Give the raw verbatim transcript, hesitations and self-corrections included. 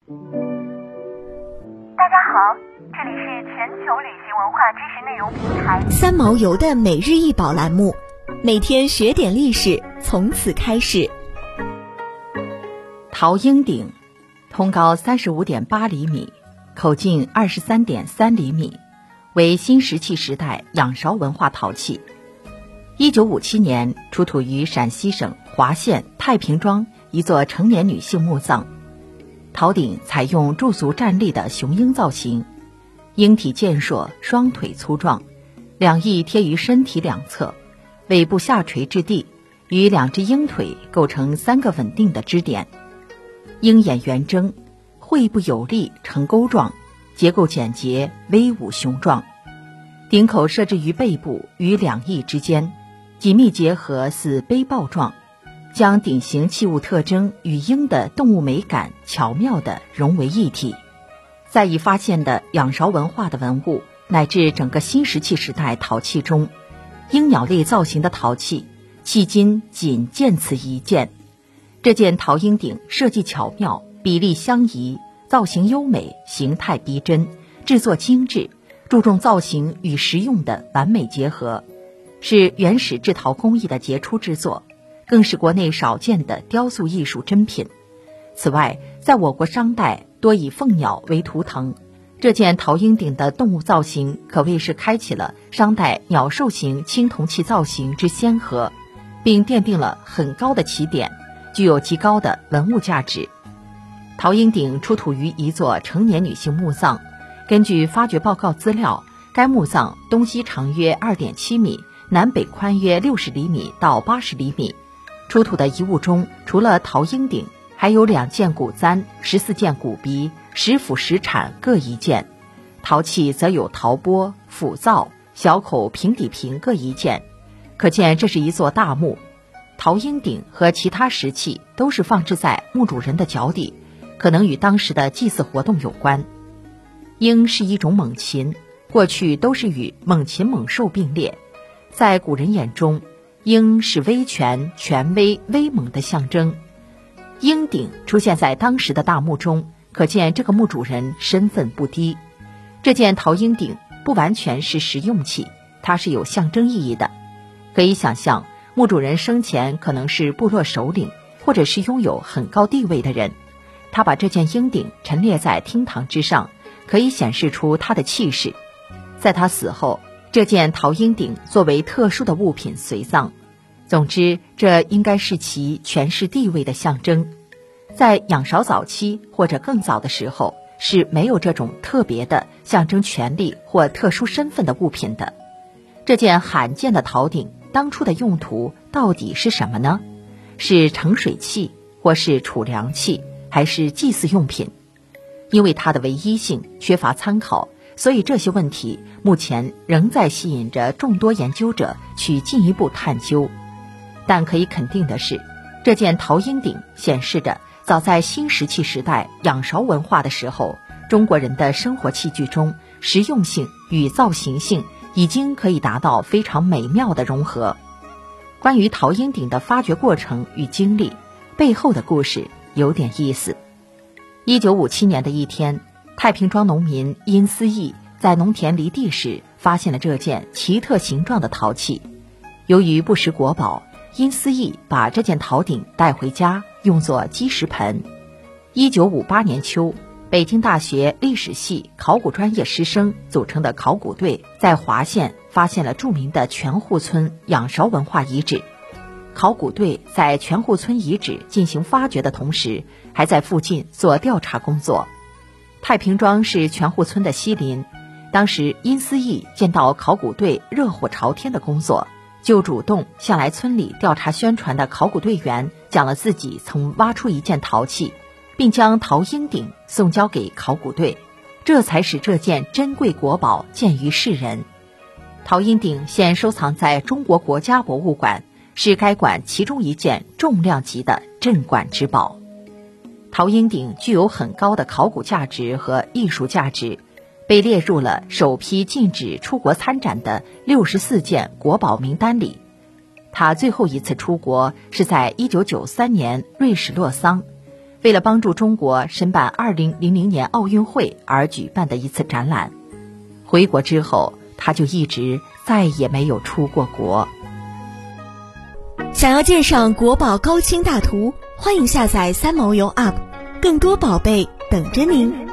大家好，这里是全球旅行文化知识内容平台三毛游的每日一宝栏目，每天学点历史，从此开始。 陶英鼎，通高三十五点八厘米，口径二十三点三厘米，为新石器时代仰韶文化陶器。一九五七年出土于陕西省华县太平庄一座成年女性墓葬。陶鼎采用驻足站立的雄鹰造型，鹰体健硕，双腿粗壮，两翼贴于身体两侧，尾部下垂至地，与两只鹰腿构成三个稳定的支点。鹰眼圆睁，喙部有力呈钩状，结构简洁，威武雄壮。鼎口设置于背部与两翼之间，紧密结合似背抱状，将鼎形器物特征与鹰的动物美感巧妙地融为一体。在已发现的仰韶文化的文物乃至整个新石器时代陶器中，鹰鸟类造型的陶器迄今仅见此一件。这件陶鹰鼎设计巧妙，比例相宜，造型优美，形态逼真，制作精致，注重造型与实用的完美结合，是原始制陶工艺的杰出之作，更是国内少见的雕塑艺术珍品。此外，在我国商代多以凤鸟为图腾，这件陶鹰鼎的动物造型可谓是开启了商代鸟兽形青铜器造型之先河，并奠定了很高的起点，具有极高的文物价值。陶鹰鼎出土于一座成年女性墓葬，根据发掘报告资料，该墓葬东西长约 二点七米，南北宽约六十厘米到八十厘米。出土的遗物中，除了陶鹰鼎，还有两件骨簪、十四件骨鼻、十斧十铲各一件。陶器则有陶钵、斧灶、小口平底瓶各一件，可见这是一座大墓。陶鹰鼎和其他石器都是放置在墓主人的脚底，可能与当时的祭祀活动有关。鹰是一种猛禽，过去都是与猛禽猛兽并列，在古人眼中，鹰是威权、权威、威猛的象征。鹰鼎出现在当时的大墓中，可见这个墓主人身份不低。这件陶鹰鼎不完全是实用器，它是有象征意义的。可以想象，墓主人生前可能是部落首领，或者是拥有很高地位的人。他把这件鹰鼎陈列在厅堂之上，可以显示出他的气势。在他死后，这件陶鹰鼎作为特殊的物品随葬。总之，这应该是其权势地位的象征。在仰韶早期或者更早的时候，是没有这种特别的象征权力或特殊身份的物品的。这件罕见的陶鼎当初的用途到底是什么呢？是盛水器，或是储粮器，还是祭祀用品？因为它的唯一性缺乏参考，所以这些问题目前仍在吸引着众多研究者去进一步探究。但可以肯定的是，这件陶鹰鼎显示着早在新石器时代仰韶文化的时候，中国人的生活器具中实用性与造型性已经可以达到非常美妙的融合。关于陶鹰鼎的发掘过程与经历，背后的故事有点意思。一九五七年的一天，太平庄农民殷思义在农田犁地时发现了这件奇特形状的陶器。由于不识国宝，殷思义把这件陶鼎带回家，用作积石盆。一九五八年秋，北京大学历史系考古专业师生组成的考古队在华县发现了著名的全户村仰韶文化遗址。考古队在全户村遗址进行发掘的同时，还在附近做调查工作。太平庄是全户村的西邻，当时殷思义见到考古队热火朝天的工作，就主动向来村里调查宣传的考古队员讲了自己曾挖出一件陶器，并将陶鹰鼎送交给考古队，这才使这件珍贵国宝见于世人。陶鹰鼎现收藏在中国国家博物馆，是该馆其中一件重量级的镇馆之宝。陶鹰鼎具有很高的考古价值和艺术价值，被列入了首批禁止出国参展的六十四件国宝名单里。他最后一次出国是在一九九三年瑞士洛桑， 为了帮助中国申办二零零零年奥运会而举办的一次展览。回国之后，他就一直再也没有出过国。 想要鉴赏国宝高清大图，欢迎下载三毛游 App， 更多宝贝等着您。